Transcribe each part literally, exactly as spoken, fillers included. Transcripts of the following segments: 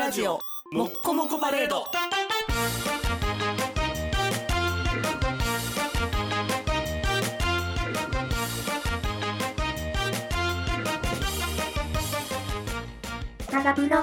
ラジオもっこもこパレード。 タガプロ。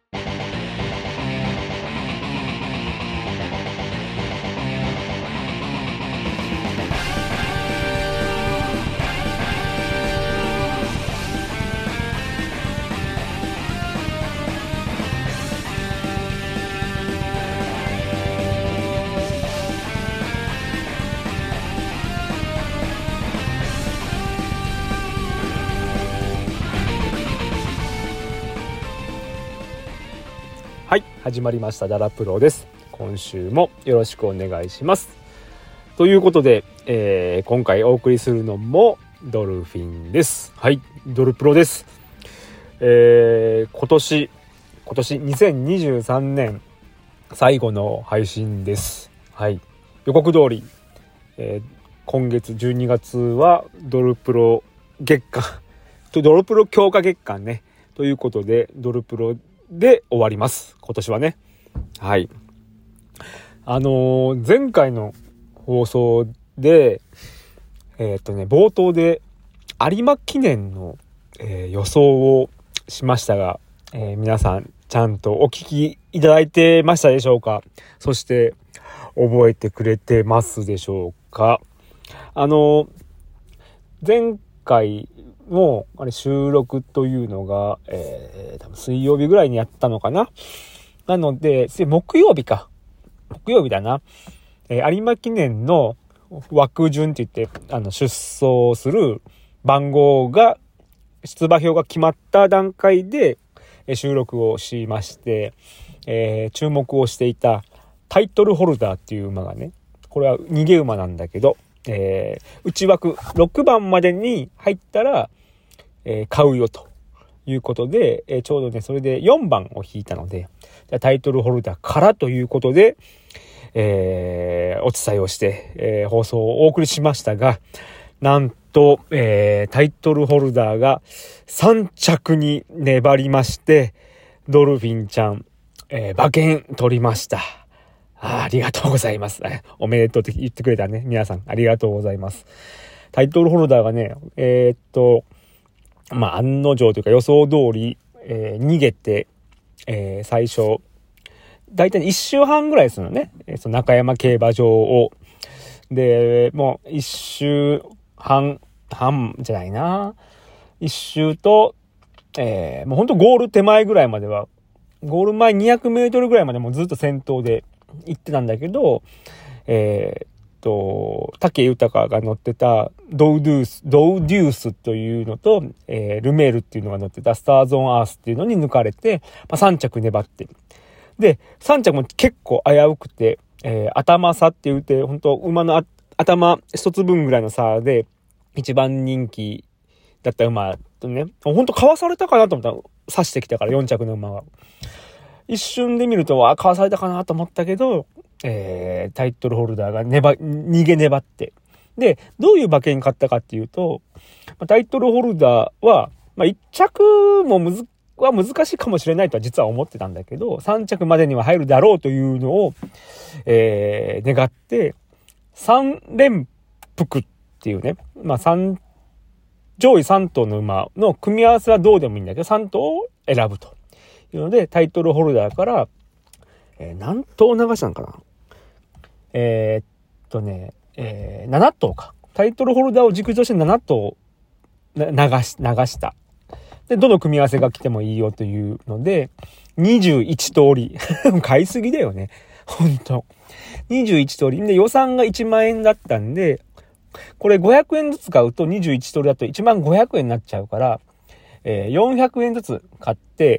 はい、始まりましたダラプロです。今週もよろしくお願いします。ということで、えー、今回お送りするのもドルフィンです。はい、ドルプロです。えー、今年今年にせんにじゅうさんねん最後の配信です。はい、予告通り、えー、今月じゅうにがつはドルプロ月間とドルプロ強化月間ねということで、ドルプロで終わります今年はね。はい、あのー、前回の放送でえー、っとね冒頭で有馬記念の、えー、予想をしましたが、えー、皆さんちゃんとお聞きいただいてましたでしょうか。そして覚えてくれてますでしょうか。あのー、前回もあれ収録というのが、えー、多分水曜日ぐらいにやったのかな。なので木曜日か木曜日だな、えー、有馬記念の枠順って言ってあの出走する番号が出馬表が決まった段階で、えー、収録をしまして、えー、注目をしていたタイトルホルダーっていう馬がね、これは逃げ馬なんだけど、えー、内枠ろくばんまでに入ったらえー、買うよということで、えー、ちょうどねそれでよんばんを引いたので、タイトルホルダーからということで、えー、お伝えをして、えー、放送をお送りしましたが、なんと、えー、タイトルホルダーがさんちゃくに粘りまして、ドルフィンちゃん、えー、馬券取りました。あ, ありがとうございます。おめでとうって言ってくれたね皆さん、ありがとうございます。タイトルホルダーがねえー、っとまあ案の定というか予想通り、えー、逃げて、えー、最初だいたいいっしゅうはんぐらいするのね、えー、その中山競馬場を。でもういっしゅうはん半じゃないないっ周と、えー、もうほんとゴール手前ぐらいまでは、ゴール前にひゃくメートルぐらいまでもうずっと先頭で行ってたんだけど、えーと武豊が乗ってたドウデュースドウデュースというのと、えー、ルメールっていうのが乗ってたスターゾーンアースっていうのに抜かれて、まあ、さん着粘って、でさん着も結構危うくて、えー、頭差って言うて本当馬の頭一つ分ぐらいの差で一番人気だった馬とね、本当かわされたかなと思ったら刺してきたからよん着の馬が一瞬で見るとあかわされたかなと思ったけど、えー、タイトルホルダーが粘逃げ粘って、でどういう馬券買ったかっていうと、タイトルホルダーは、まあ、いっ着もむずは難しいかもしれないとは実は思ってたんだけど、さん着までには入るだろうというのを、えー、願ってさん連複っていうね、まあさん上位さん頭の馬の組み合わせはどうでもいいんだけどさん頭を選ぶというので、タイトルホルダーから、えー、何頭流したのかな、えー、っとね、えー、なな頭か。タイトルホルダーを軸としてなな頭流し、流した。で、どの組み合わせが来てもいいよというので、にじゅういち通り。買いすぎだよね。ほんと。にじゅういち通り。で、予算がいちまんえんだったんで、これごひゃくえんずつ買うとにじゅういち通りだといちまんごひゃくえんになっちゃうから、えー、よんひゃくえんずつ買って、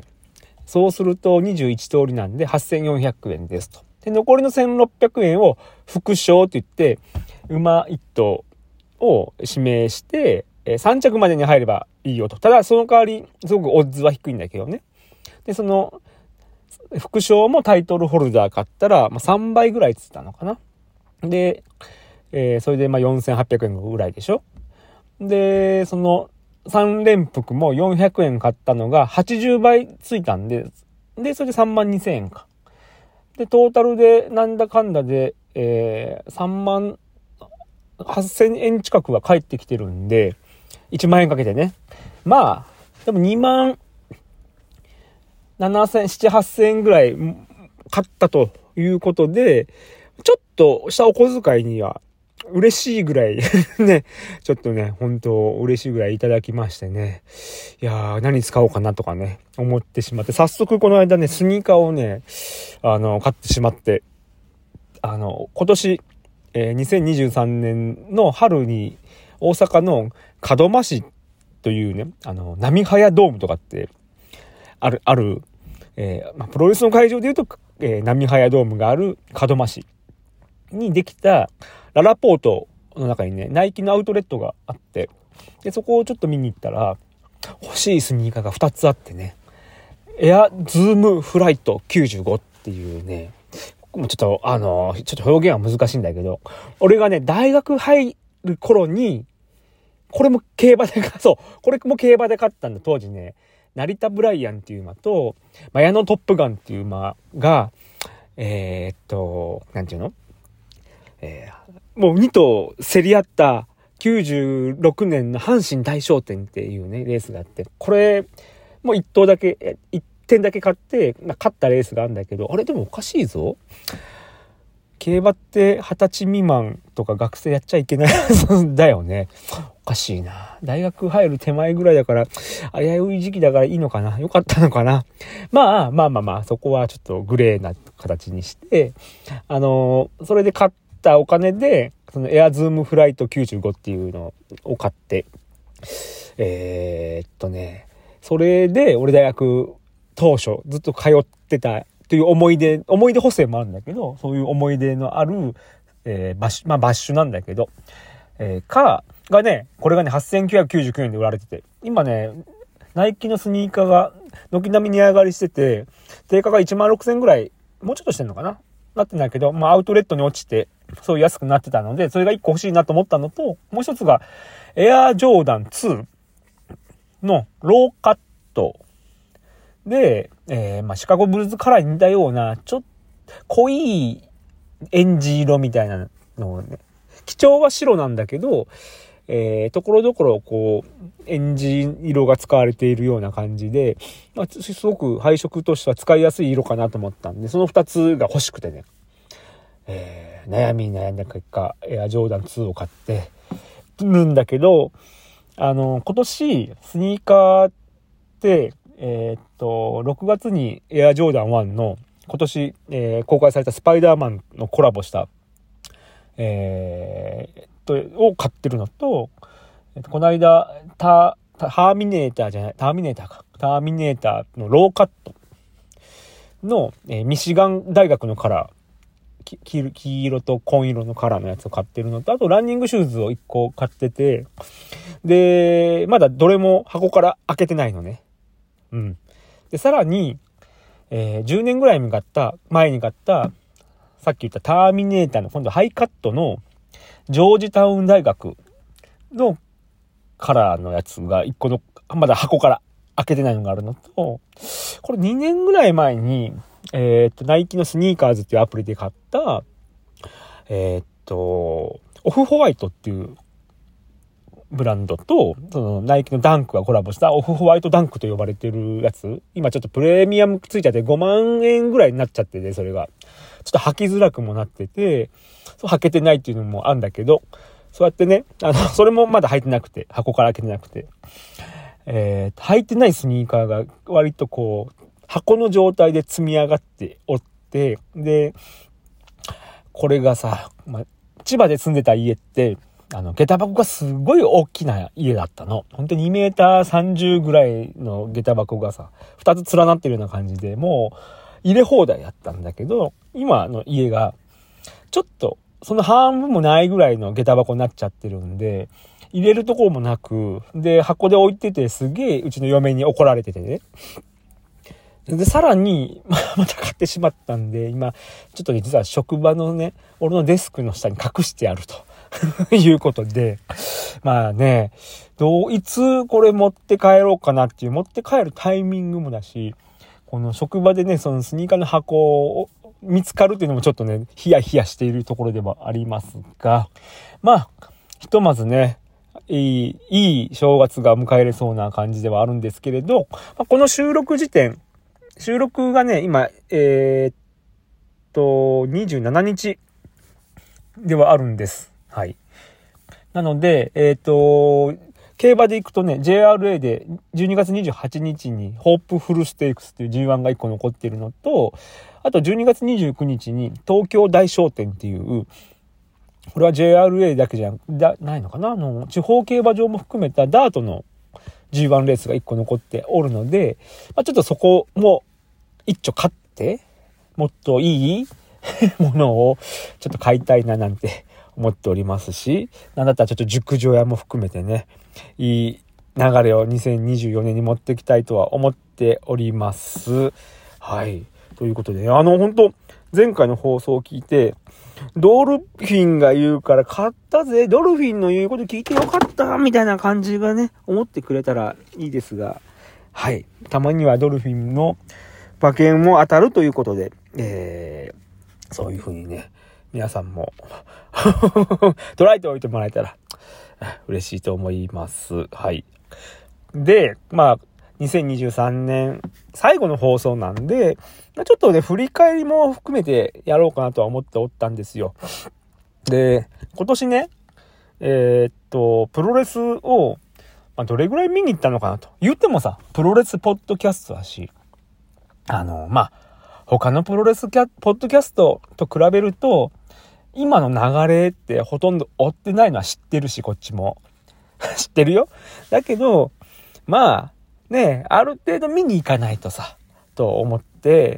そうするとにじゅういち通りなんではっせんよんひゃくえんですと。で残りのせんろっぴゃくえんを副賞って言って馬いっ頭を指名して、えー、さん着までに入ればいいよと。ただその代わりすごくオッズは低いんだけどね。でその副賞もタイトルホルダー買ったら、まあ、さんばいぐらいつったのかな。で、えー、それでまあよんせんはっぴゃくえんぐらいでしょ。でそのさん連複もよんひゃくえん買ったのがはちじゅうばいついたんで、 で、それでさんまんにせんえんか。で、トータルでなんだかんだで、えー、さんまんはっせんえん近くは返ってきてるんで、いちまんえんかけてね。まあ、でもにまんななせん、なな、はっせんえんぐらい買ったということで、ちょっとしたお小遣いには嬉しいぐらいね、ちょっとね、本当嬉しいぐらいいただきましてね。いやー、何使おうかなとかね、思ってしまって、早速この間ね、スニーカーをね、あの、買ってしまって、あの、今年、えー、にせんにじゅうさんねんの春に大阪の門真市というね、あの、波早ドームとかってある、ある、えーまあ、プロレスの会場でいうと、えー、波早ドームがある門真市にできたララポートの中にね、ナイキのアウトレットがあって、で、そこをちょっと見に行ったら、欲しいスニーカーがふたつあってね、エアズームフライトきゅうじゅうごっていうね、もうちょっと、あの、ちょっと表現は難しいんだけど、俺がね、大学入る頃に、これも競馬で、そう、これも競馬で勝ったんだ、当時ね。成田ブライアンっていう馬と、マヤノトップガンっていう馬が、えー、っと、なんていうの、えー、もうに頭競り合ったきゅうじゅうろくねんの阪神大賞典っていうね、レースがあって、これ、もういっ頭だけ、いってんだけ買って、勝ったレースがあるんだけど、あれでもおかしいぞ。競馬ってはたち未満とか学生やっちゃいけないだよね。おかしいな。大学入る手前ぐらいだから、危うい時期だからいいのかな。よかったのかな。まあまあまあまあ、そこはちょっとグレーな形にして、あのー、それで買ったお金で、そのエアズームフライトきゅうじゅうごっていうのを買って、えー、っとね、それで俺大学当初ずっと通ってたという思い出、思い出補正もあるんだけど、そういう思い出のある、えー、バッシュ、まあバッシュなんだけど、えー、カーがね、これがね、はっせんきゅうひゃくきゅうじゅうきゅうえんで売られてて、今ね、ナイキのスニーカーが軒並み値上がりしてて、定価がいちまんろくせんえんぐらい、もうちょっとしてんのかななってんだけど、まあアウトレットに落ちて、そう安くなってたので、それがいっこ欲しいなと思ったのと、もう一つが、エアージョーダンツーのローカットで、えー、まあシカゴブルーズカラーに似たような、ちょっと濃いエンジ色みたいなのをね、基調は白なんだけど、えー、ところどころこうエンジ色が使われているような感じで、まあ、すごく配色としては使いやすい色かなと思ったんで、そのふたつが欲しくてね、えー、悩みに悩んだ結果エアジョーダンツーを買ってるんだけど、あの今年スニーカーってえー、っとろくがつにエアジョーダンワンの今年、えー、公開されたスパイダーマンのコラボしたえー、っとを買ってるのと、えっと、この間タターミネーターじゃないターミネーターかターミネーターのローカットの、えー、ミシガン大学のカラー黄, 黄色と紺色のカラーのやつを買ってるのと、あとランニングシューズをいっこ買ってて、でまだどれも箱から開けてないのね。うんでさらに、えー、じゅうねんぐらいに買った前に買ったさっき言ったターミネーターの今度ハイカットのジョージタウン大学のカラーのやつがいっこのまだ箱から開けてないのがあるのと、これにねんぐらい前にえっとナイキのスニーカーズっていうアプリで買ったえっとオフホワイトっていうブランドとそのナイキのダンクがコラボしたオフホワイトダンクと呼ばれてるやつ、今ちょっとプレミアムついちゃってごまんえんぐらいになっちゃってて、それがちょっと履きづらくもなってて、そう履けてないっていうのもあるんだけど、そうやってね、あのそれもまだ履いてなくて、箱から開けてなくて、えー、履いてないスニーカーが割とこう箱の状態で積み上がっておって、でこれがさ、ま、千葉で住んでた家ってあの下駄箱がすごい大きな家だったの。本当ににメーターさんじゅうぐらいの下駄箱がさふたつ連なってるような感じで、もう入れ放題だったんだけど、今の家がちょっとその半分もないぐらいの下駄箱になっちゃってるんで、入れるところもなく、で箱で置いててすげえうちの嫁に怒られててね。でさらにまた買ってしまったんで、今ちょっとね実は職場のね俺のデスクの下に隠してあるということで、まあね、どういつこれ持って帰ろうかなっていう、持って帰るタイミングもだし、 この職場でね、そのスニーカーの箱を見つかるっていうのもちょっとね、ヒヤヒヤしているところではありますが、まあ、ひとまずね、いい、いい正月が迎えれそうな感じではあるんですけれど、まあ、この収録時点、収録がね、今、えー、っと、にじゅうしちにちではあるんです。はい。なので、えー、っと、競馬で行くとね、ジェイアールエー でじゅうにがつにじゅうはちにちにホープフルステークスっていう ジーワン がいっこ残っているのと、あとじゅうにがつにじゅうくにちに東京大商店っていう、これは ジェイアールエー だけじゃないのかな、あの地方競馬場も含めたダートの ジーワン レースがいっこ残っておるので、まあ、ちょっとそこも一丁買ってもっといいものをちょっと買いたいななんて思っておりますし、なんだったらちょっと熟女屋も含めてね、いい流れをにせんにじゅうよねんに持っていきたいとは思っております。はい。ということで、あの本当前回の放送を聞いて、ドルフィンが言うから買ったぜ、ドルフィンの言うこと聞いてよかったみたいな感じがね、思ってくれたらいいですが、はい。たまにはドルフィンの馬券も当たるということで、えー、そういう風にね、皆さんも捉えておいてもらえたら嬉しいと思います。はい。で、まあ、にせんにじゅうさんねん最後の放送なんで、ちょっとね、振り返りも含めてやろうかなとは思っておったんですよ。で、今年ね、えー、っと、プロレスを、まあ、どれぐらい見に行ったのかなと。言ってもさ、プロレスポッドキャストだし、あの、まあ、他のプロレスキャポッドキャストと比べると、今の流れってほとんど追ってないのは知ってるし、こっちも。知ってるよ。だけど、まあ、ね、ある程度見に行かないとさ、と思って、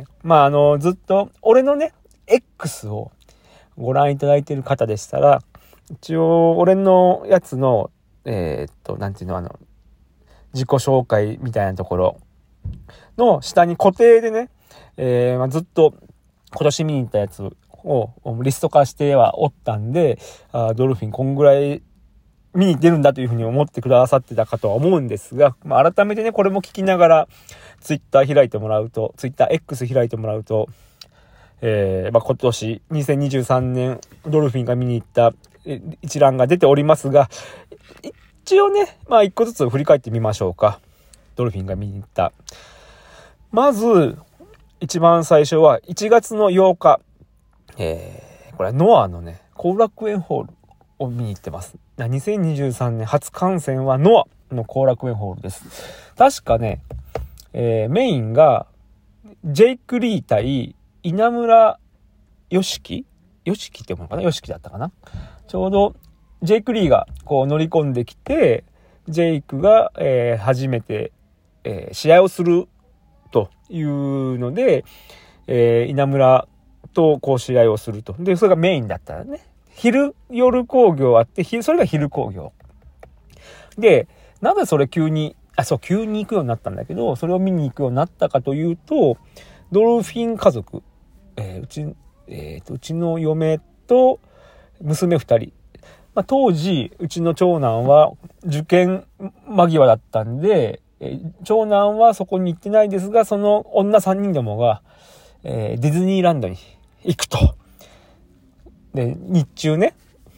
まああの、ずっと、俺のね、X をご覧いただいている方でしたら、一応、俺のやつの、えー、っと、なんていうの、あの、自己紹介みたいなところの下に固定でね、えーまあ、ずっと今年見に行ったやつをリスト化してはおったんで、あドルフィンこんぐらい見に出るんだというふうに思ってくださってたかとは思うんですが、まあ、改めてね、これも聞きながらツイッター開いてもらうと、ツイッター X 開いてもらうと、えーまあ、今年にせんにじゅうさんねんドルフィンが見に行った一覧が出ておりますが、一応ね、まあ一個ずつ振り返ってみましょうか。ドルフィンが見に行った。まず、一番最初はいちがつのようか、えー、これはノアのね、後楽園ホールを見に行ってます。にせんにじゅうさんねん初観戦はノアの後楽園ホールです。確かね、えー、メインがジェイク・リー対稲村良樹良樹っていうのかな良樹だったかな。ちょうどジェイク・リーがこう乗り込んできて、ジェイクが、えー、初めて、えー、試合をするというので、えー、稲村とこう試合をすると。で、それがメインだったらね。昼、夜興行あって、それが昼興行。で、なぜそれ急に、あ、そう、急に行くようになったんだけど、それを見に行くようになったかというと、ドルフィン家族、えー、うち、えーと、うちの嫁と娘二人。まあ、当時、うちの長男は受験間際だったんで、えー、長男はそこに行ってないですが、その女三人どもが、えー、ディズニーランドに行くと。で、日中ね。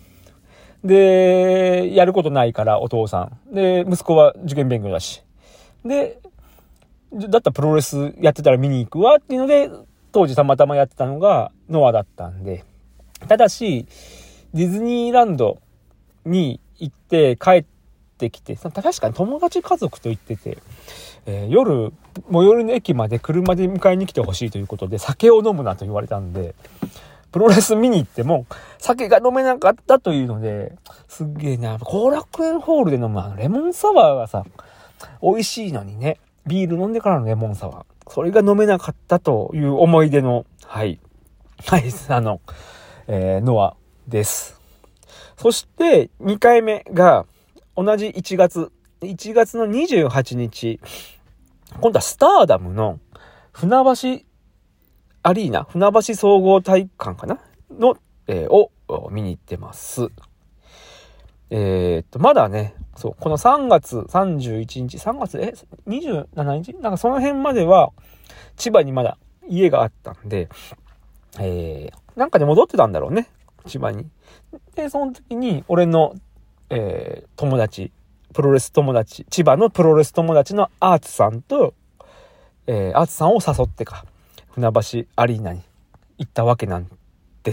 で、やることないからお父さん。で、息子は受験勉強だし。で、だったらプロレスやってたら見に行くわっていうので、当時たまたまやってたのがノアだったんで。ただし、ディズニーランドに行って帰ってきて、確かに友達家族と行ってて、えー、夜、最寄りの駅まで車で迎えに来てほしいということで、酒を飲むなと言われたんで、プロレス見に行っても酒が飲めなかったというので、すっげえな、後楽園ホールで飲むあのレモンサワーがさ、美味しいのにね、ビール飲んでからのレモンサワー、それが飲めなかったという思い出の、はい、はい、あの、えー、ノアです。そしてにかいめが同じいちがつ、いちがつのにじゅうはちにち、今度はスターダムの船橋アリーナ、船橋総合体育館かなの、えー、を見に行ってます。えー、っと、まだね、 そう、このさんがつさんじゅういちにち、さんがつ、え、にじゅうしちにちなんかその辺までは、千葉にまだ家があったんで、えー、なんかで戻ってたんだろうね、千葉に。で、その時に、俺の、えー、友達、プロレス友達、千葉のプロレス友達のアーツさんと、えー、アーツさんを誘ってか、船橋アリーナに行ったわけなんです。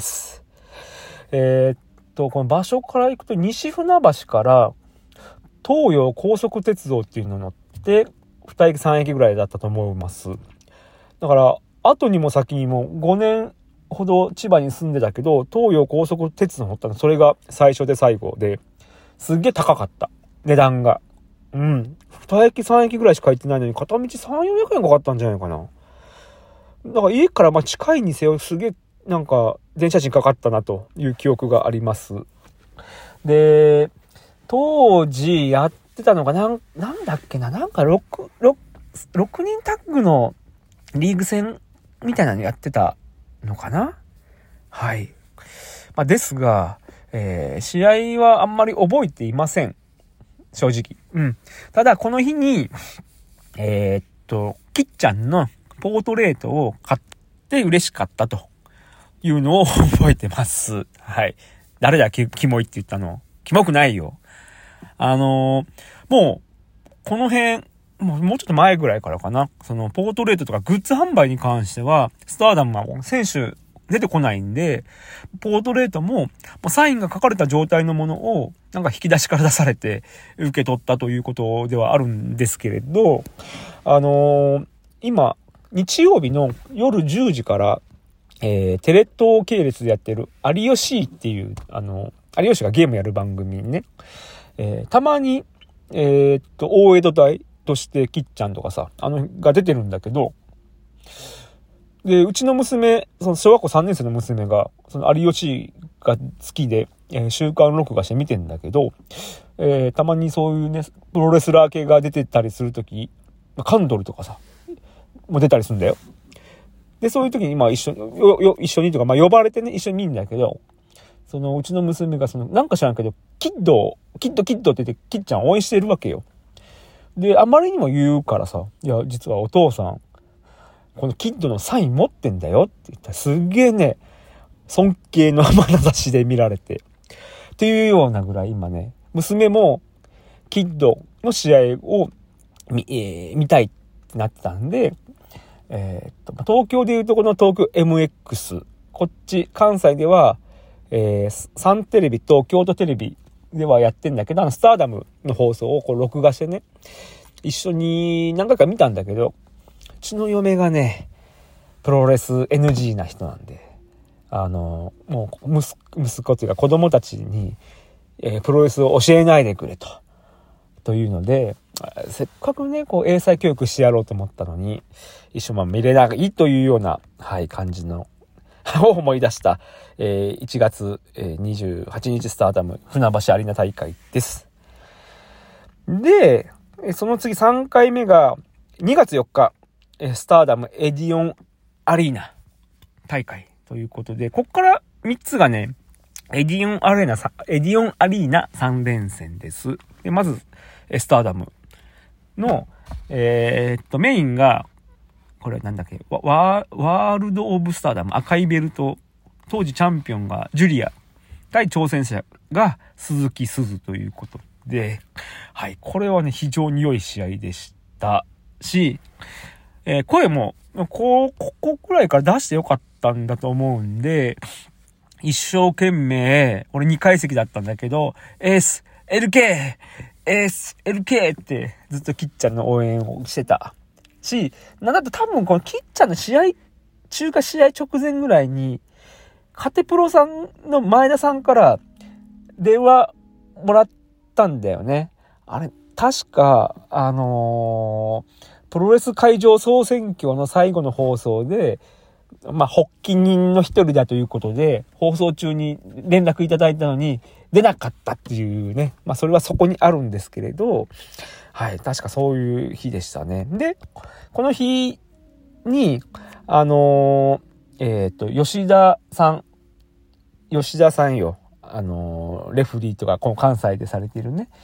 えー、っと、この場所から行くと、西船橋から東洋高速鉄道っていうのに乗って、に駅さん駅ぐらいだったと思います。だから、後にも先にもごねんほど千葉に住んでたけど、東洋高速鉄道乗ったの、それが最初で最後で、すっげえ高かった。値段が。うん。に駅さん駅ぐらいしか行ってないのに、片道さんびゃく、よんひゃくえんかかったんじゃないかな。だから家からまあ近いにせよ、すげえ、なんか、電車賃かかったなという記憶があります。で、当時やってたのが、なん、なんだっけな、なんかろく、ろく、ろくにんタッグのリーグ戦みたいなのやってたのかな。はい。まあ、ですが、えー、試合はあんまり覚えていません。正直。うん。ただ、この日に、えー、っと、きっちゃんのポートレートを買って嬉しかったというのを覚えてます。はい。誰だ、キ、キモいって言ったの。キモくないよ。あのー、もう、この辺、もう、もうちょっと前ぐらいからかな。その、ポートレートとかグッズ販売に関しては、スターダムは選手出てこないんで、ポートレートも、もうサインが書かれた状態のものを、なんか引き出しから出されて、受け取ったということではあるんですけれど、あのー、今、日曜日の夜じゅうじから、えー、テレ東系列でやってる、有吉っていう、あの、有吉がゲームやる番組にね、えー、たまに、えー、っと、大江戸隊としてキッちゃんとかさ、あの、が出てるんだけど、で、うちの娘、その小学校さんねん生の娘が、その有吉が好きで、えー、週刊録画して見てんだけど、えー、たまにそういうね、プロレスラー系が出てたりするとき、カンドルとかさ、も出たりするんだよ。で、そういう時に、まあ一緒に、よ、よ、一緒にとか、まあ呼ばれてね、一緒に見るんだけど、その、うちの娘がその、なんか知らんけど、キッドを、キッドキッドって言って、キッちゃんを応援してるわけよ。で、あまりにも言うからさ、いや、実はお父さん、このキッドのサイン持ってんだよって言ったら、すっげえね、尊敬の眼差しで見られて。っていうようなぐらい今ね、娘も、キッドの試合を見、えー、見たいってなってたんで、えー、っと、東京でいうとこの東京 エムエックス、こっち、関西では、えー、サンテレビと京都テレビではやってんだけど、あの、スターダムの放送をこう録画してね、一緒に何回か見たんだけど、うちの嫁がね、プロレス エヌジー な人なんで、あの、もう息、息子というか子供たちに、えー、プロレスを教えないでくれと。というので、せっかくね、こう、英才教育してやろうと思ったのに、一緒まあ見れないというような、はい、感じの、を思い出した、えー、いちがつにじゅうはちにちスターダム船橋アリーナ大会です。で、その次さんかいめがにがつよっか、スターダムエディオンアリーナ大会ということで、こっからみっつがね、エディオンアリーナ、エディオンアリーナさんれんせんです。で、まず、スターダムの、えー、っと、メインが、これなんだっけ、ワー、ワールドオブスターダム赤いベルト、当時チャンピオンがジュリア、対挑戦者が鈴木鈴ということで、はい、これはね、非常に良い試合でしたし、えー、声も、こう、ここくらいから出してよかったんだと思うんで、一生懸命、俺にかい席だったんだけど、エス、エルケー、エス、エルケー ってずっとキッちゃんの応援をしてたし、なんだと多分このキッちゃんの試合、中華試合直前ぐらいに、カテプロさんの前田さんから電話もらったんだよね。あれ、確か、あのー、プロレス会場総選挙の最後の放送で、まあ、発起人の一人だということで、放送中に連絡いただいたのに、出なかったっていうね。まあ、それはそこにあるんですけれど、はい、確かそういう日でしたね。で、この日に、あのー、えっと、吉田さん、吉田さんよ。あのー、レフリーとか、この関西でされているね、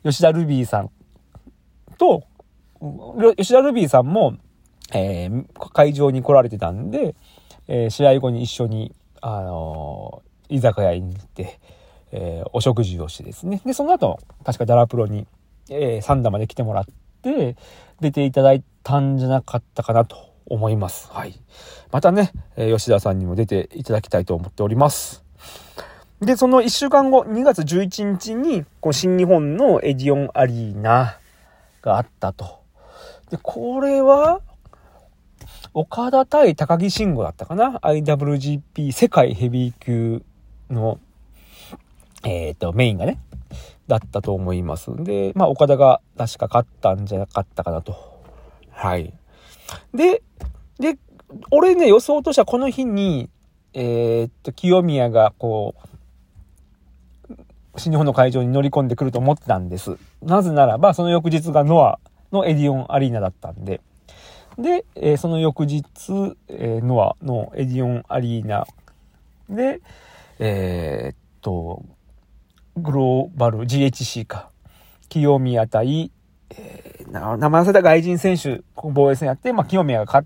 吉田ルビーさんと、吉田ルビーさんも、えー、会場に来られてたんで、えー、試合後に一緒に、あのー、居酒屋に行って、えー、お食事をしてですね。で、その後、確かダラプロに、えー、三田まで来てもらって、出ていただいたんじゃなかったかなと思います。はい。またね、えー、吉田さんにも出ていただきたいと思っております。で、そのいっしゅうかんご、にがつじゅういちにちに、この新日本のエディオンアリーナがあったと。で、これは、岡田対高木慎吾だったかな ?アイダブリュージーピー 世界ヘビー級の、えっと、メインがね、だったと思います。で、まあ、岡田が確か勝ったんじゃなかったかなと。はい。で、で、俺ね、予想としてはこの日に、えー、っと、清宮がこう、新日本の会場に乗り込んでくると思ってたんです。なぜならば、その翌日がノアのエディオンアリーナだったんで。で、えー、その翌日、えー、ノアのエディオンアリーナで、えー、っと、グローバル ジーエイチシー か。清宮対、えー、名前忘れた外人選手、防衛戦やって、まあ、清宮が勝って、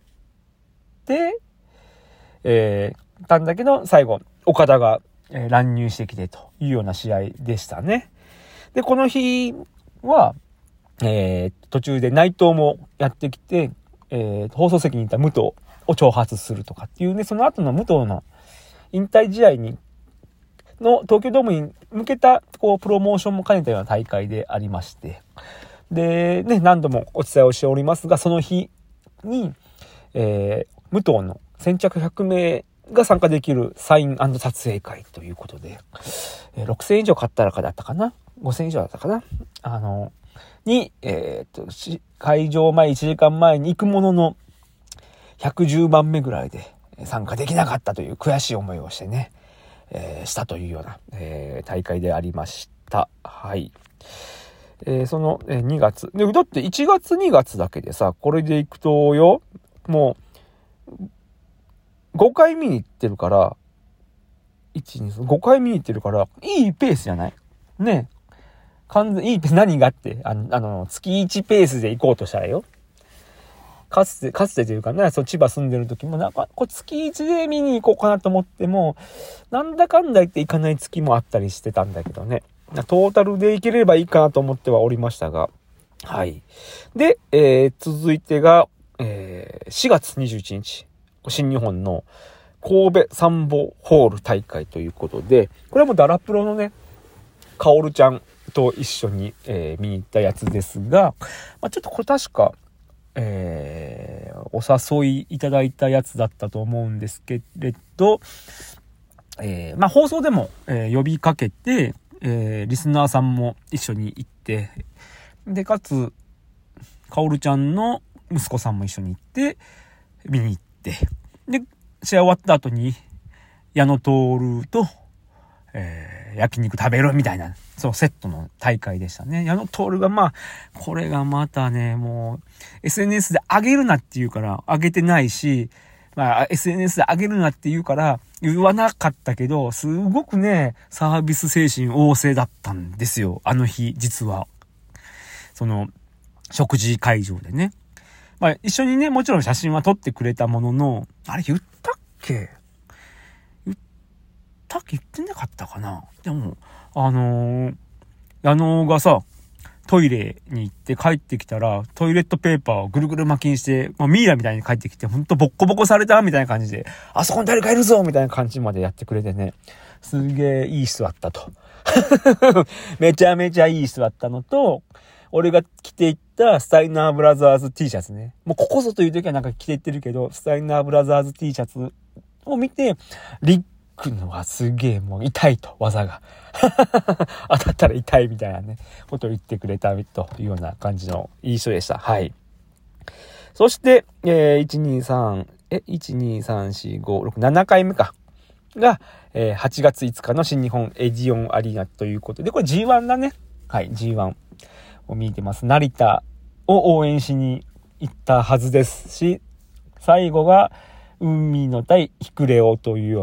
えー、たんだけど、最後、岡田が、えー、乱入してきてというような試合でしたね。で、この日は、えー、途中で内藤もやってきて、えー、放送席にいた武藤を挑発するとかっていうね、その後の武藤の引退試合に、の東京ドームに向けた、こう、プロモーションも兼ねたような大会でありまして、で、ね、何度もお伝えをしておりますが、その日に、えー、武藤の先着ひゃくめいが参加できるサイン&撮影会ということで、えー、ろくせんえん以上買ったらかだったかな ?ごせんえん以上だったかなあの、に、えー、っと、会場前いちじかんまえに行くものの、ひゃくじゅうばんめぐらいで参加できなかったという悔しい思いをしてね、えー、したというような、えー、大会でありました。はい。えー、その、えー、にがつ。で、だっていちがつにがつだけでさ、これで行くとよ、もう、ごかい見に行ってるから、いち、に、ごかい見に行ってるから、いいペースじゃないね。完全、いいペース、何がって、あの、あの月いちペースで行こうとしたらよ。かつて、かつてというかね、そう、千葉住んでる時も、なんか、こう、月いちで見に行こうかなと思っても、なんだかんだ言って行かない月もあったりしてたんだけどね。トータルで行ければいいかなと思ってはおりましたが。はい。で、えー、続いてが、えー、しがつにじゅういちにち、新日本の神戸サンボホール大会ということで、これはもうダラプロのね、カオルちゃんと一緒に、えー、見に行ったやつですが、まあ、ちょっとこれ確か、えー、お誘いいただいたやつだったと思うんですけれど、えー、まあ放送でも、えー、呼びかけて、えー、リスナーさんも一緒に行って、で、かつ、カオルちゃんの息子さんも一緒に行って、見に行って、で、試合終わった後に、矢野徹と、えー、焼肉食べるみたいな、そう、セットの大会でしたね。矢野徹がまあ、これがまたね、もう、エスエヌエス で上げるなって言うから、上げてないし、まあ、エスエヌエス で上げるなって言うから、言わなかったけど、すごくね、サービス精神旺盛だったんですよ。あの日、実は。その、食事会場でね。まあ、一緒にね、もちろん写真は撮ってくれたものの、あれ言ったっけ言ったっけ言ってなかったかなでも、あのー、矢野がさ、トイレに行って帰ってきたら、トイレットペーパーをぐるぐる巻きにして、まあ、ミイラみたいに帰ってきて、ほんとボッコボコされたみたいな感じで、あそこに誰かいるぞみたいな感じまでやってくれてね、すげえいい人だったと。めちゃめちゃいい人だったのと、俺が着ていったスタイナーブラザーズ T シャツね。もうここぞという時はなんか着ていってるけど、スタイナーブラザーズ T シャツを見て、リックのがすげえもう痛いと、技が。当たったら痛いみたいなね、ことを言ってくれたというような感じのいい人でした。はい。そして、えー、いち、に、さん、え、いち、に、さん、よん、ご、ろく、ななかいめか。が、えー、はちがついつかの新日本エディオンアリーナということで、これ ジーワン だね。はい、ジーワン を見てます。成田を応援しに行ったはずですし、最後が海野対ヒクレオというような、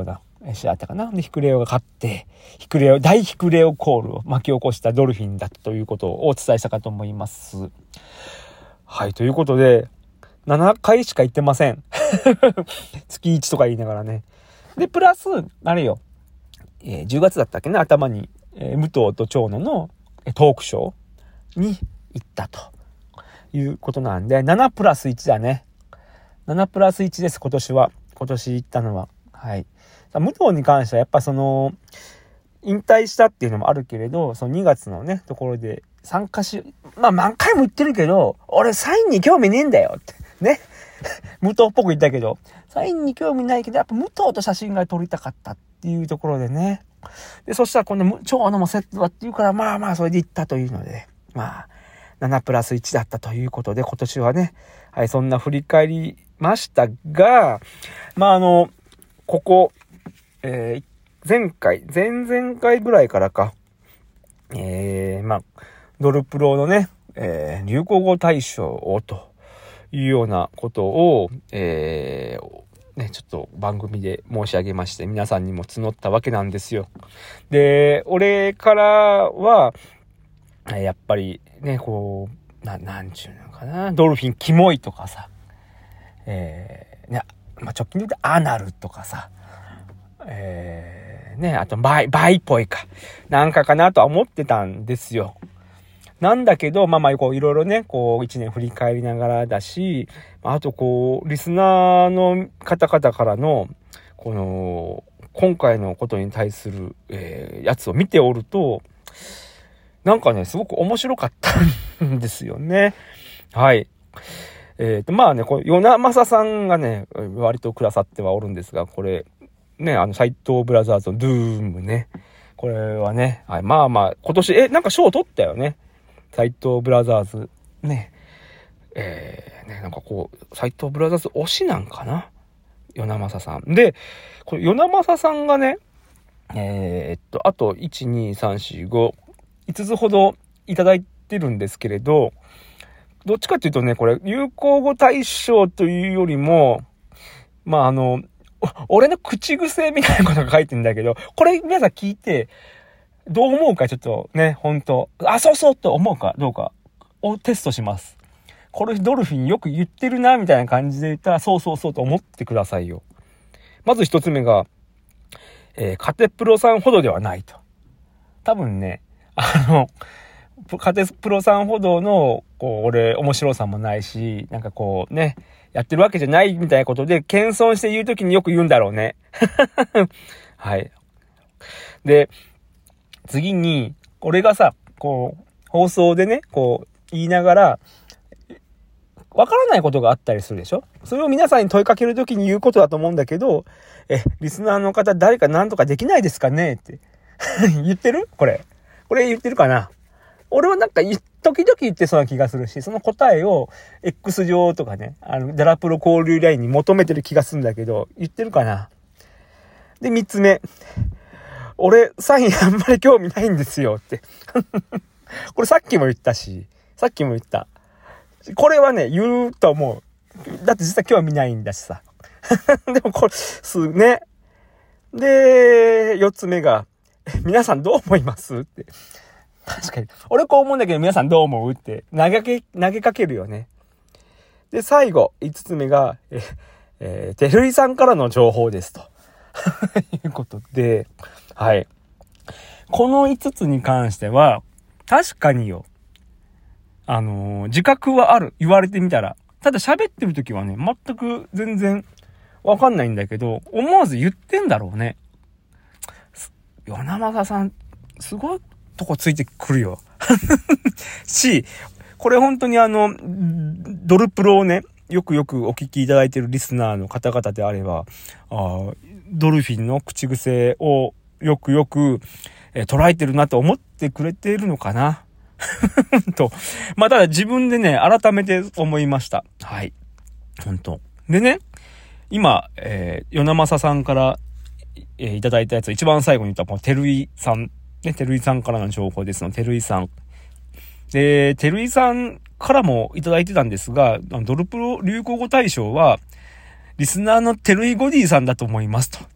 試合あったかな。で、ヒクレオが勝って、ヒクレオ、大ヒクレオコールを巻き起こしたドルフィンだということをお伝えしたかと思います。はい、ということで、ななかいしか行ってません。月いちとか言いながらね。で、プラス、あれよ、えー、じゅうがつだったっけね、頭に、えー、武藤と長野のトークショーに行ったということなんで、ななプラスいちだね。ななプラスいちです、今年は。今年行ったのは。はい。武藤に関してはやっぱその、引退したっていうのもあるけれど、そのにがつのね、ところで参加し、まあ何回も言ってるけど、俺サインに興味ねえんだよって。ね。武藤っぽく言ったけど、サインに興味ないけど、やっぱ武藤と写真が撮りたかったっていうところでね。で、そしたらこの長野もセットだっていうから、まあまあそれで行ったというので、まあ、ななプラスいちだったということで、今年はね、はい、そんな振り返りましたが、まああの、ここ、えー、前回、前々回ぐらいからか、えー、まあ、ドルプロのね、えー、流行語大賞をというようなことを、えー、ね、ちょっと番組で申し上げまして、皆さんにも募ったわけなんですよ。で、俺からは、やっぱりね、こう、な、なんちゅうのかな、ドルフィンキモいとかさ、えー、ね、まあ、直近で言うとアナルとかさ、えー、ね、あとバイ、バイっぽいか、なんかかなとは思ってたんですよ。なんだけど、まあまあ、こう、いろいろね、こう、一年振り返りながらだし、あとこう、リスナーの方々からの、この、今回のことに対する、えー、やつを見ておると、なんかね、すごく面白かったんですよね。はい。えっと、まあね、これ、与那正さんがね、割とくださってはおるんですが、これ、ね、あの、斎藤ブラザーズのドゥームね。これはね、はい、まあまあ、今年、え、なんか賞取ったよね。斎藤ブラザーズ、ね。えー、ね、なんかこう、斎藤ブラザーズ推しなんかな。与那正さん。で、これ、与那正さんがね、えー、っと、あと、いち、に、さん、よん、ご、いつつほどいただいてるんですけれど、どっちかっていうとね、これ、流行語大賞というよりも、まあ、あの、俺の口癖みたいなことが書いてんだけど、これ皆さん聞いて、どう思うかちょっとね、ほんと、あ、そうそうと思うかどうかをテストします。これドルフィンよく言ってるな、みたいな感じで言ったら、そうそうそうと思ってくださいよ。まず一つ目が、えー、カテプロさんほどではないと。多分ね、あの、カテプロさんほどの、こう、俺、面白さもないし、なんかこうね、やってるわけじゃないみたいなことで、謙遜して言うときによく言うんだろうね。はい。で、次に、俺がさ、こう、放送でね、こう、言いながら、わからないことがあったりするでしょ？それを皆さんに問いかけるときに言うことだと思うんだけど、え、リスナーの方誰か何とかできないですかねって。言ってる？これ。これ言ってるかな？俺はなんか、時々言ってそうな気がするし、その答えを X 上とかね、あの、ダラプロ交流ラインに求めてる気がするんだけど、言ってるかな？で、三つ目。俺、サインあんまり興味ないんですよって。これさっきも言ったし、さっきも言った。これはね、言うと思う。だって実は興味ないんだしさ。でもこれ、すね。で、四つ目が、皆さんどう思いますって。確かに。俺こう思うんだけど皆さんどう思うって投げけ、投げかけるよね。で、最後、五つ目が、え、えー、てるいさんからの情報ですと。いうことで、はい。この五つに関しては、確かによ。あのー、自覚はある。言われてみたら。ただ喋ってるときはね、全く全然わかんないんだけど、思わず言ってんだろうね。与那正さん、すごいとこついてくるよ。し、これ本当にあの、ドルプロをね、よくよくお聞きいただいているリスナーの方々であれば、あドルフィンの口癖をよくよく、えー、捉えてるなと思ってくれているのかなと。まあ、ただ自分でね、改めて思いました。はい。本当。でね、今、えー、与那正さんから、えー、いただいたやつ、一番最後に言った、てるいさん。ね、てるいさんからの情報ですの、てるいさん。で、てるいさんからもいただいてたんですが、ドルプロ流行語大賞は、リスナーのてるいゴディさんだと思いますと。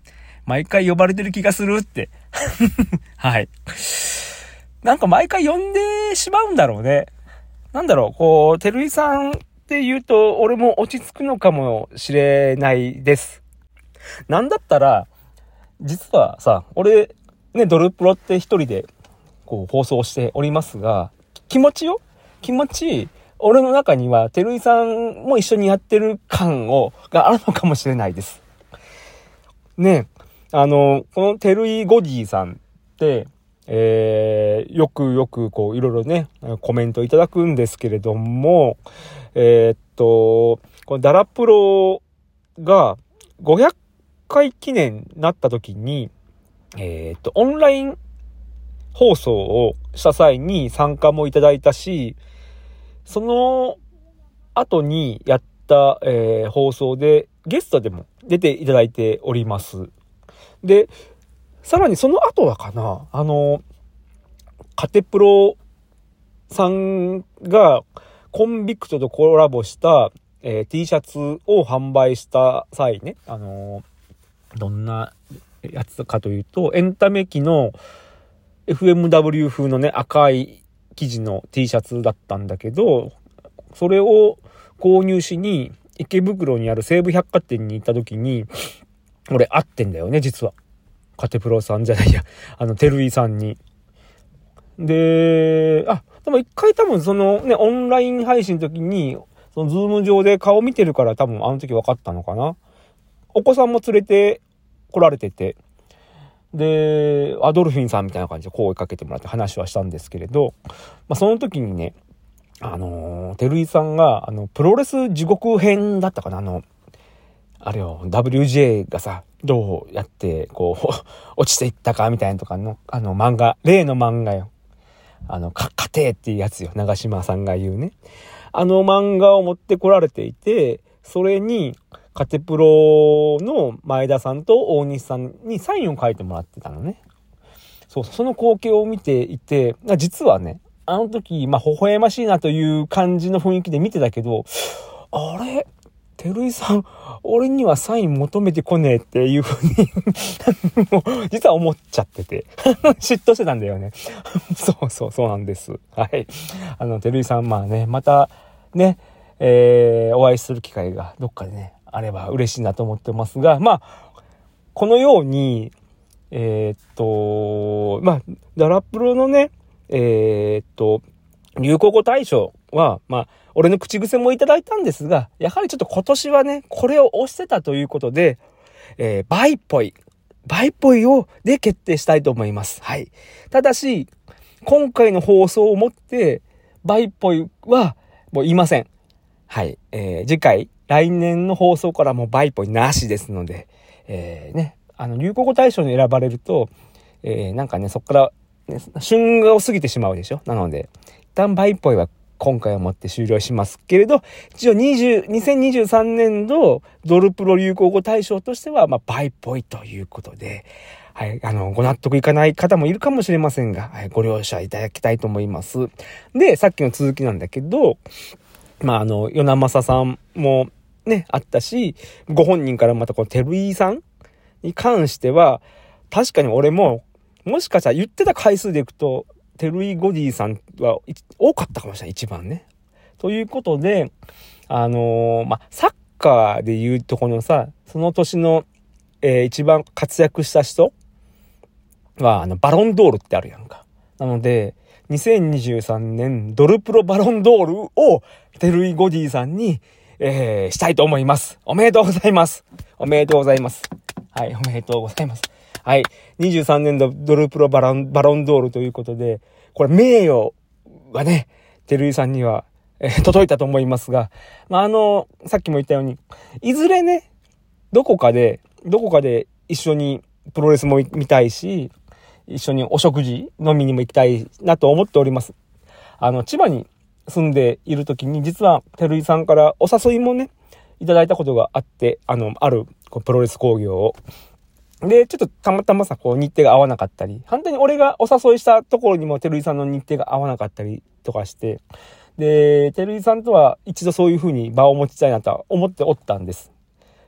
毎回呼ばれてる気がするって。はい。なんか毎回呼んでしまうんだろうね。なんだろう、こう、てるいさんって言うと、俺も落ち着くのかもしれないです。なんだったら、実はさ、俺、ね、ドルプロって一人で、こう、放送しておりますが、気持ちよ気持ち、俺の中には、てるいさんも一緒にやってる感を、があるのかもしれないです。ね、あの、このてるいゴディさんって、えー、よくよくこういろいろねコメントいただくんですけれども、えー、っとこのダラプロがごひゃっかい記念になった時に、えー、っとオンライン放送をした際に参加もいただいたし、その後にやった、えー、放送でゲストでも出ていただいております。でさらにその後はかな、あの、カテプロさんがコンビクトとコラボした、えー、T シャツを販売した際ね、あの、どんなやつかというと、エンタメ機の エフエムダブリュー 風のね、赤い生地の T シャツだったんだけど、それを購入しに池袋にある西武百貨店に行った時に、俺会ってんだよね、実は。カテプロさんじゃないや、あの、てるいさんに。で、あ、でも一回多分そのね、オンライン配信の時に、そのズーム上で顔見てるから多分あの時分かったのかな。お子さんも連れて来られてて、で、アドルフィンさんみたいな感じで声かけてもらって話はしたんですけれど、まあその時にね、あのー、てるいさんが、あの、プロレス地獄編だったかな、あの、あれよ、ダブリュージェー がさ、どうやって、こう、落ちていったかみたいなとかの、あの漫画、例の漫画よ。あの、か、家庭っていうやつよ。長島さんが言うね。あの漫画を持ってこられていて、それに、カテプロの前田さんと大西さんにサインを書いてもらってたのね。そう、その光景を見ていて、実はね、あの時、まあ、微笑ましいなという感じの雰囲気で見てたけど、あれてるいさん、俺にはサイン求めてこねえっていう風に実は思っちゃってて嫉妬してたんだよねそうそうそうなんです。はい。あの、てるいさん、まあね、またね、えー、お会いする機会がどっかでね、あれば嬉しいなと思ってますが、まあ、このように、えー、っと、まあ、ダラプロのね、えー、っと、流行語大賞は、まあ、俺の口癖もいただいたんですが、やはりちょっと今年はね、これを推してたということで、えー、バイポイ、バイポイを、で決定したいと思います。はい。ただし、今回の放送をもって、バイポイはもう言いません。はい。えー、次回、来年の放送からもうバイポイなしですので、えー、ね、あの、流行語大賞に選ばれると、えー、なんかね、そこから、ね、旬が過ぎてしまうでしょ。なので、一旦バイポイは今回をもって終了しますけれど、一応にじゅう、にせんにじゅうさんねん度ドルプロ流行語大賞としては、まあ、バイポイということで、はい、あの、ご納得いかない方もいるかもしれませんが、はい、ご了承いただきたいと思います。で、さっきの続きなんだけど、まあ、あの、与那正さんもね、あったし、ご本人からまたこのてるいさんに関しては、確かに俺も、もしかしたら言ってた回数でいくと、てるいゴディさんは多かったかもしれない、一番ね。ということで、あのー、まあ、サッカーで言うとこのさ、その年の、えー、一番活躍した人は、あの、バロンドールってあるやんか。なので、にせんにじゅうさんねんドルプロバロンドールをてるいゴディさんに、えー、したいと思います。おめでとうございます。おめでとうございます。はい、おめでとうございます。はい。にじゅうさんねん度ドルプロバロン、バロンドールということで、これ名誉がね、てるいさんには、えー、届いたと思いますが、まあ、あの、さっきも言ったように、いずれね、どこかで、どこかで一緒にプロレスも見たいし、一緒にお食事飲みにも行きたいなと思っております。あの、千葉に住んでいる時に、実はてるいさんからお誘いもね、いただいたことがあって、あの、あるプロレス興行を。で、ちょっとたまたまさ、こう日程が合わなかったり、反対に俺がお誘いしたところにもてるいさんの日程が合わなかったりとかして、で、てるいさんとは一度そういう風に場を持ちたいなとは思っておったんです。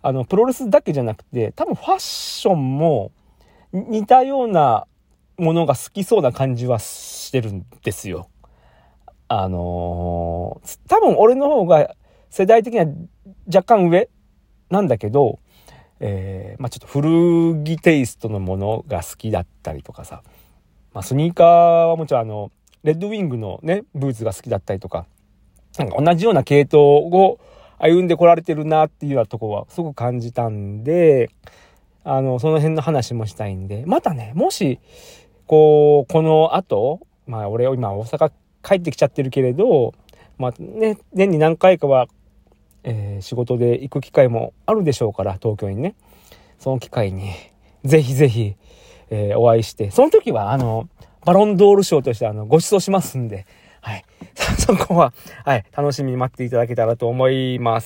あの、プロレスだけじゃなくて、多分ファッションも似たようなものが好きそうな感じはしてるんですよ。あのー、多分俺の方が世代的には若干上なんだけど、えー、まあちょっと古着テイストのものが好きだったりとかさ、まあスニーカーはもちろんあの、レッドウィングのね、ブーツが好きだったりとか、なんか同じような系統を歩んでこられてるなっていうようなところはすごく感じたんで、あの、その辺の話もしたいんで、またね、もし、こう、この後、まあ俺今大阪帰ってきちゃってるけれど、まあね、年に何回かは、えー、仕事で行く機会もあるでしょうから、東京にね。その機会に、ぜひぜひ、えー、お会いして、その時は、あの、バロンドール賞として、あの、ご馳走しますんで、はい。そこは、はい、楽しみに待っていただけたらと思います。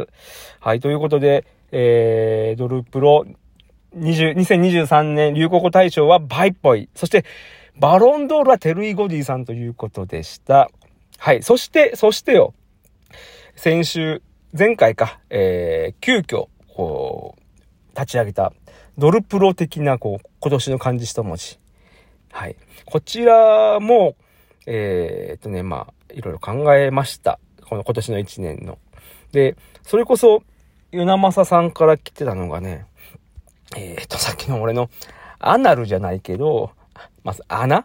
はい、ということで、えー、ドルプロにせんにじゅうさんねん流行語大賞はバイっぽい。そして、バロンドールはテルイ・ゴディさんということでした。はい、そして、そしてよ、先週、前回か、えー、急遽、こう、立ち上げた、ドルプロ的な、こう、今年の漢字一文字。はい。こちらも、えー、っとね、まあ、いろいろ考えました。この今年の一年の。で、それこそ、与那政さんから来てたのがね、えー、っと、さっきの俺の、アナルじゃないけど、まず、穴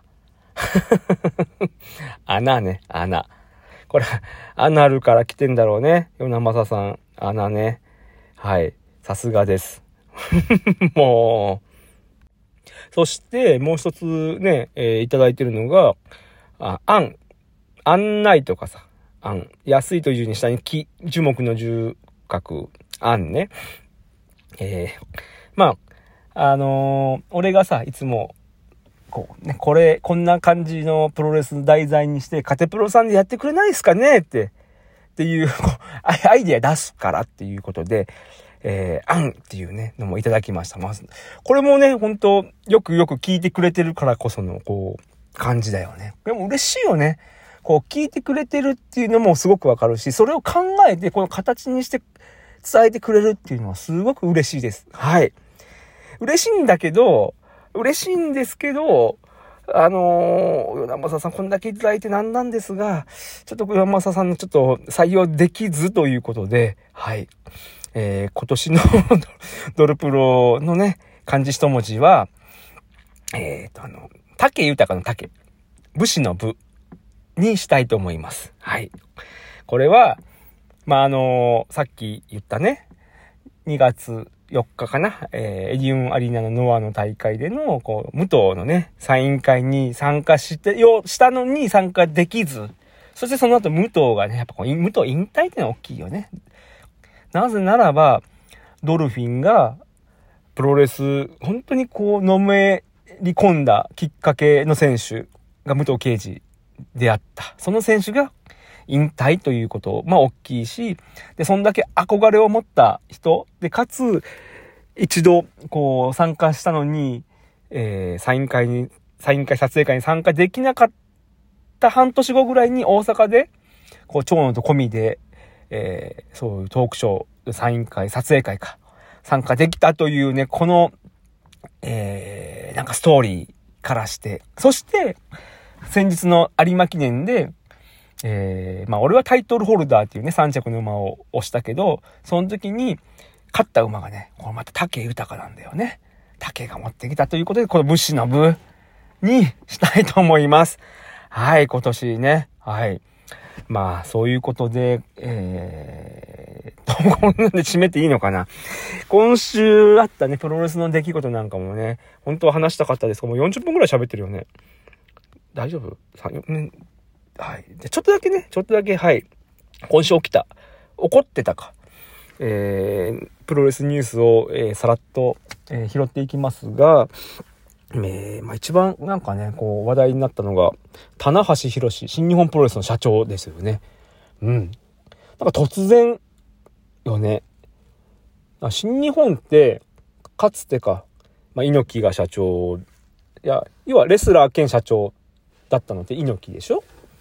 穴ね、穴。これ、アナルから来てんだろうね。与那政さん、穴ね。はい。さすがです。もう。そして、もう一つね、えー、いただいてるのが、あ、案。案内とかさ。案。安いという字に下に木、樹木の樹書く案ね。えー、まあ、あのー、俺がさ、いつも、こうね、これ、こんな感じのプロレス題材にして、カテプロさんでやってくれないですかねって、っていう、こう、アイディア出すからっていうことで、えー、案っていうね、のもいただきました。まず、これもね、本当よくよく聞いてくれてるからこその、こう、感じだよね。でも嬉しいよね。こう、聞いてくれてるっていうのもすごくわかるし、それを考えて、この形にして伝えてくれるっていうのはすごく嬉しいです。はい。嬉しいんだけど、嬉しいんですけど、あのー、与那政さんこんだけいただいてなんなんですが、ちょっと与那政さんのちょっと採用できずということで、はい。えー、今年のドルプロのね、漢字一文字は、えーと、あの、武豊の武、武士の武にしたいと思います。はい。これは、まあ、あのー、さっき言ったね、にがつよっかかな、えー、エディウンアリーナのノアの大会での、こう、武藤のね、サイン会に参加してよ、したのに参加できず、そしてその後武藤がね、やっぱこう、武藤引退ってのは大きいよね。なぜならば、ドルフィンが、プロレス、本当にこう、のめり込んだきっかけの選手が武藤敬司であった。その選手が引退ということ、まあ大きいし、で、そんだけ憧れを持った人で、かつ、一度、こう、参加したのに、えー、サイン会に、サイン会撮影会に参加できなかった半年後ぐらいに大阪で、こう、長野と込みで、えー、そういうトークショー、サイン会、撮影会か、参加できたというね、この、えー、なんかストーリーからして、そして、先日の有馬記念で、えー、まあ俺はタイトルホルダーっていうね、さん着の馬を押したけど、その時に、勝った馬がね、これまた武豊なんだよね。武が持ってきたということで、この武士の部にしたいと思います。はい、今年ね。はい。まあ、そういうことで、えー、こんなんで締めていいのかな。今週あったね、プロレスの出来事なんかもね、本当は話したかったですが、もうよんじゅっぷんくらい喋ってるよね。大丈夫？さん、よね、はい。で、ちょっとだけね、ちょっとだけ、はい。今週起きた。怒ってたか。えー、プロレスニュースを、えー、さらっと、えー、拾っていきますが、えー、まあ一番なんかね、こう話題になったのが、棚橋宏、新日本プロレスの社長ですよね。うん。なんか突然よね。新日本って、かつてか、まあ猪木が社長、いや、要はレスラー兼社長だったのって猪木でしょ？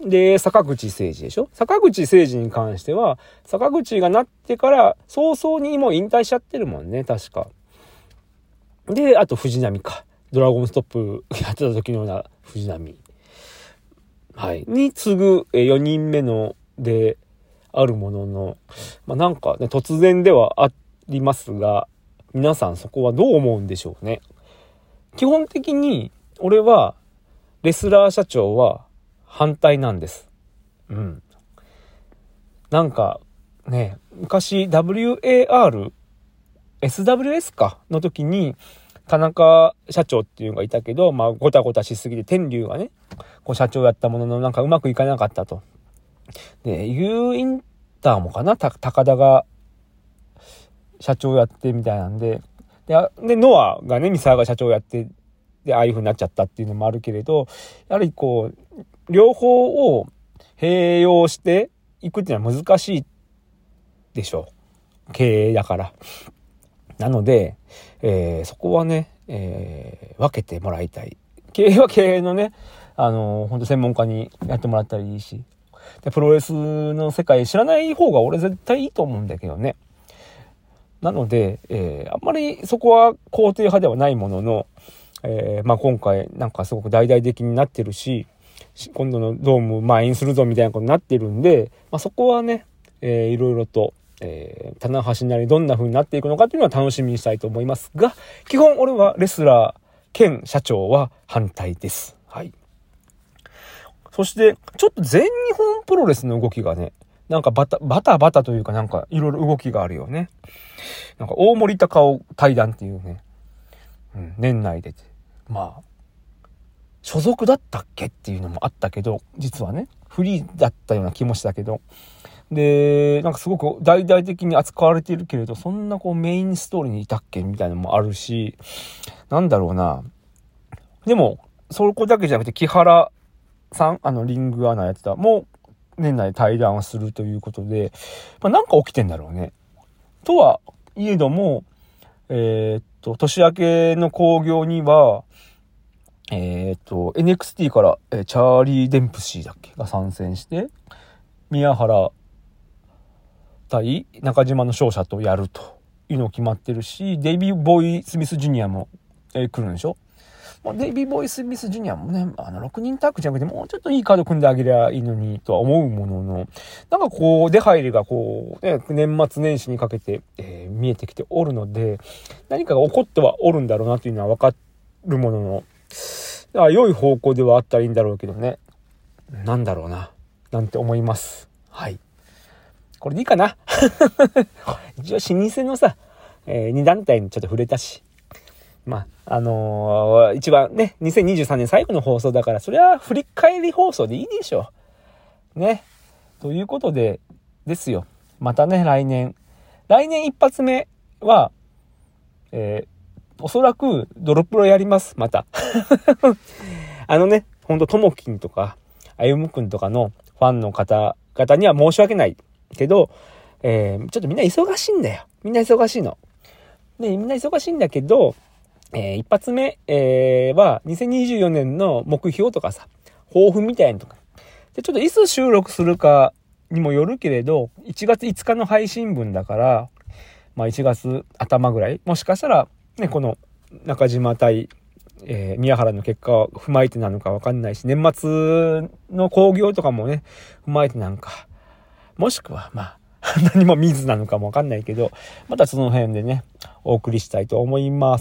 で、坂口誠二でしょ。坂口誠二に関しては、坂口がなってから早々にもう引退しちゃってるもんね、確か。で、あと藤波か。ドラゴンストップやってた時のような藤波。はい。に次ぐよにんめのであるものの、まあ、なんかね、突然ではありますが、皆さんそこはどう思うんでしょうね。基本的に、俺は、レスラー社長は反対なんです。うん。なんか、ね、昔 ダブリューエーアール、エスダブリューエス かの時に、田中社長っていうのがいたけど、まあ、ごたごたしすぎて天竜がね、こう社長やったもののなんかうまくいかなかったと。で、U インターもかな、た高田が社長やってみたいなんで、で、でノアがね、三沢が社長やって、で、ああいう風になっちゃったっていうのもあるけれど、やはりこう、両方を併用していくっていうのは難しいでしょう。経営だから。なので、えー、そこはね、えー、分けてもらいたい。経営は経営のね、あのー、本当専門家にやってもらったらいいし、でプロレスの世界知らない方が俺絶対いいと思うんだけどね。なので、えー、あんまりそこは肯定派ではないものの、えー、まあ今回なんかすごく大々的になってるし、今度のドーム満員するぞみたいなことになってるんで、まあそこはね、えー、いろいろと、えー、棚橋なりどんな風になっていくのかっていうのは楽しみにしたいと思いますが、基本俺はレスラー兼社長は反対です。はい。そしてちょっと全日本プロレスの動きがね、なんかバタバタバタというかなんかいろいろ動きがあるよね。なんか大森高尾対談っていうね、うん、年内でまあ所属だったっけっていうのもあったけど、実はねフリーだったような気もしたけど。で、なんかすごく大々的に扱われているけれど、そんなこうメインストーリーにいたっけみたいなのもあるし、なんだろうな。でも、そこだけじゃなくて、木原さん、あの、リングアナやってた、もう年内対談をするということで、まあ、なんか起きてんだろうね。とはいえども、えー、っと、年明けの興行には、えー、っと、エヌエックスティー から、えー、チャーリー・デンプシーだっけが参戦して、宮原対中島の勝者とやるというのを決まってるし、デイビー・ボーイ・スミス・ジュニアも、えー、来るんでしょ。まあ、デイビー・ボーイ・スミス・ジュニアもね、あのろくにんタッグじゃなくてもうちょっといいカード組んであげりゃいいのにとは思うものの、なんかこう出入りがこう、ね、年末年始にかけて、えー、見えてきておるので、何かが起こってはおるんだろうなというのは分かるものの、だから良い方向ではあったらいいんだろうけどね、なんだろうななんて思います。はい。これでいいかな一応老舗のさ、えー、に団体にちょっと触れたし、まあ、あのー、一番ね、にせんにじゅうさんねん最後の放送だから、それは振り返り放送でいいでしょう。ね。ということで、ですよ。またね、来年。来年一発目は、えー、おそらくドロプロやります、また。あのね、ほんとともきんとか、あゆむくんとかのファンの方々には申し訳ない。けど、えー、ちょっとみんな忙しいんだよ。みんな忙しいの。で、みんな忙しいんだけど、えー、一発目、えー、はにせんにじゅうよねんの目標とかさ、抱負みたいなとか。で、ちょっといつ収録するかにもよるけれど、いちがついつかの配信分だから、まあいちがつ頭ぐらい、もしかしたら、ね、この中島対、えー、宮原の結果を踏まえてなのかわかんないし、年末の興行とかもね、踏まえてなんか、もしくは、まあ、何も見ずなのかもわかんないけど、またその辺でね、お送りしたいと思います。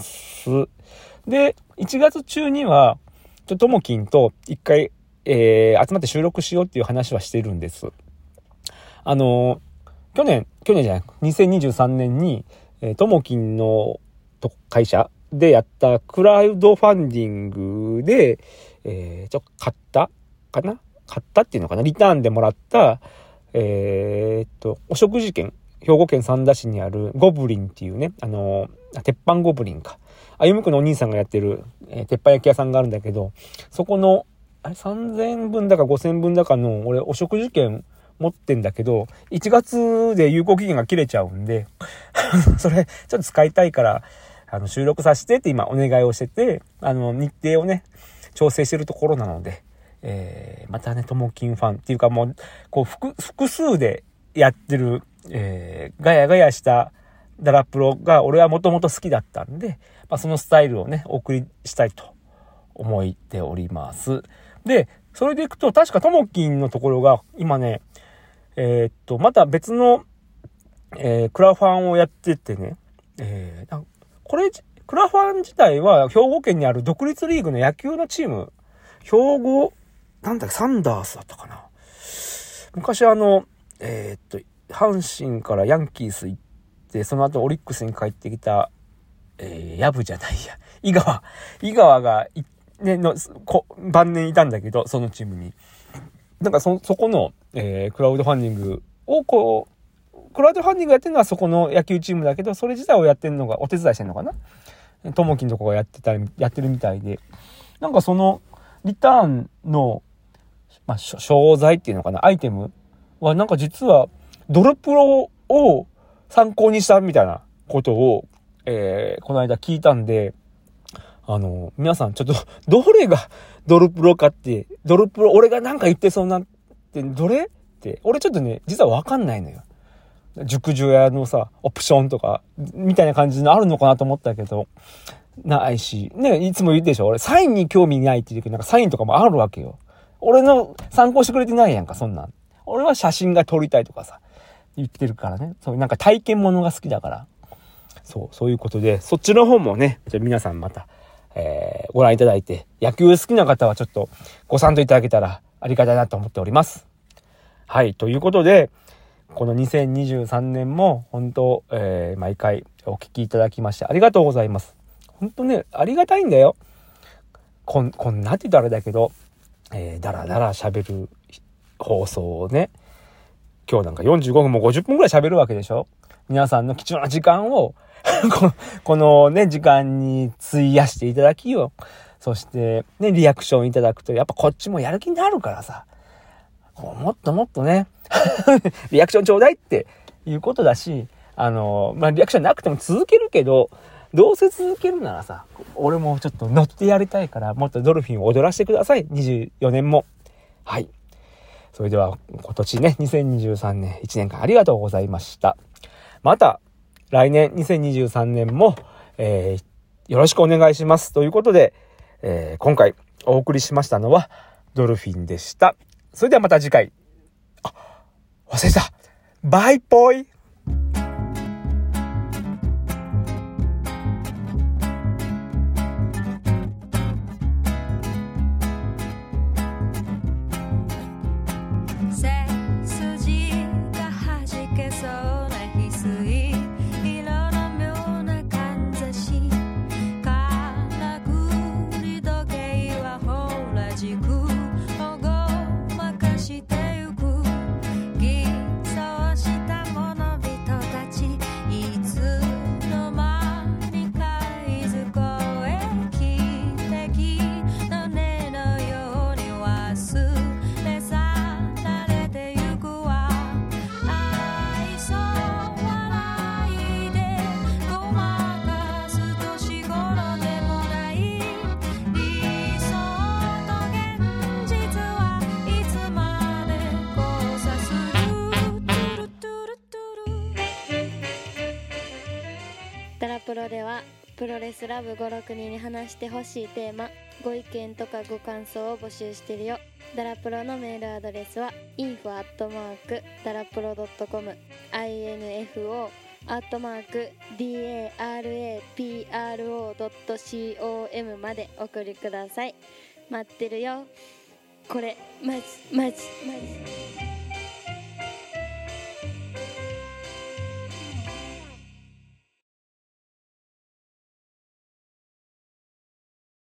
で、いちがつ中には、ちょっとともきんと一回、えー、集まって収録しようっていう話はしてるんです。あのー、去年、去年じゃない、にせんにじゅうさんねんに、えー、ともきんの会社でやったクラウドファンディングで、えー、ちょっと買ったかな買ったっていうのかなリターンでもらった、えー、っと、お食事券、兵庫県三田市にあるゴブリンっていうね、あのー、鉄板ゴブリンか。あゆむくんのお兄さんがやってる、えー、鉄板焼き屋さんがあるんだけど、そこの、あれさんぜんぶんだかごせんぶんだかの、俺お食事券持ってんだけど、いちがつで有効期限が切れちゃうんで、それちょっと使いたいから、あの、収録させてって今お願いをしてて、あの、日程をね、調整してるところなので、 えー、またねともきんファンっていうかもうこう 複, 複数でやってる、えー、ガヤガヤしたダラプロが俺はもともと好きだったんで、まあ、そのスタイルをねお送りしたいと思っております。でそれでいくと確かともきんのところが今ねえー、っとまた別の、えー、クラファンをやっててね、えー、これクラファン自体は兵庫県にある独立リーグの野球のチーム、兵庫なんだっけサンダースだったかな。昔あのえー、っと阪神からヤンキース行ってその後オリックスに帰ってきた、えー、ヤブじゃないや井川井川がい、ね、のこ晩年いたんだけどそのチームになんか そ, そこの、えー、クラウドファンディングをこうクラウドファンディングやってるのはそこの野球チームだけどそれ自体をやってるのがお手伝いしてるのかなともきんとこがやってたりやってるみたいでなんかそのリターンの、まあ、商材っていうのかなアイテムはなんか実はドルプロを参考にしたみたいなことを、えー、この間聞いたんであの皆さんちょっとどれがドルプロかってドルプロ俺がなんか言ってそうなってどれって俺ちょっとね実は分かんないのよ。熟女屋のさオプションとかみたいな感じのあるのかなと思ったけどないしねいつも言うでしょ俺サインに興味ないって言うけどなんかサインとかもあるわけよ。俺の参考してくれてないやんかそんなん。俺は写真が撮りたいとかさ言ってるからねそうなんか体験物が好きだからそうそういうことでそっちの方もねじゃあ皆さんまた、えー、ご覧いただいて野球好きな方はちょっとご賛同いただけたらありがたいなと思っております。はいということでこのにせんにじゅうさんねんも本当、えー、毎回お聞きいただきましてありがとうございます。本当ねありがたいんだよ。こんこんなって言ったらあれだけど、えー、だらだら喋る放送をね今日なんかよんじゅうごふんもごじゅっぷんぐらい喋るわけでしょ。皆さんの貴重な時間をこの、このね時間に費やしていただきよ。そしてねリアクションいただくとやっぱこっちもやる気になるからさもっともっとねリアクションちょうだいっていうことだしあのまあリアクションなくても続けるけどどうせ続けるならさ俺もちょっと乗ってやりたいからもっとドルフィンを踊らせてくださいにじゅうよねんも。はいそれでは今年ねにせんにじゅうさんねんいちねんかんありがとうございました。また来年にせんにじゅうさんねんも、えー、よろしくお願いしますということで、えー、今回お送りしましたのはドルフィンでした。それではまた次回。あ、忘れた。バイポイ。 ダラプロではプロレスラブご、ろくにんに話してほしいテーマ、ご意見とかご感想を募集してるよ。ダラプロのメールアドレスは インフォ アットマーク ダラプロ ドットコム インフォ アットマーク ダラプロ ドットコム までお送りください。待ってるよ。これマジマジマジ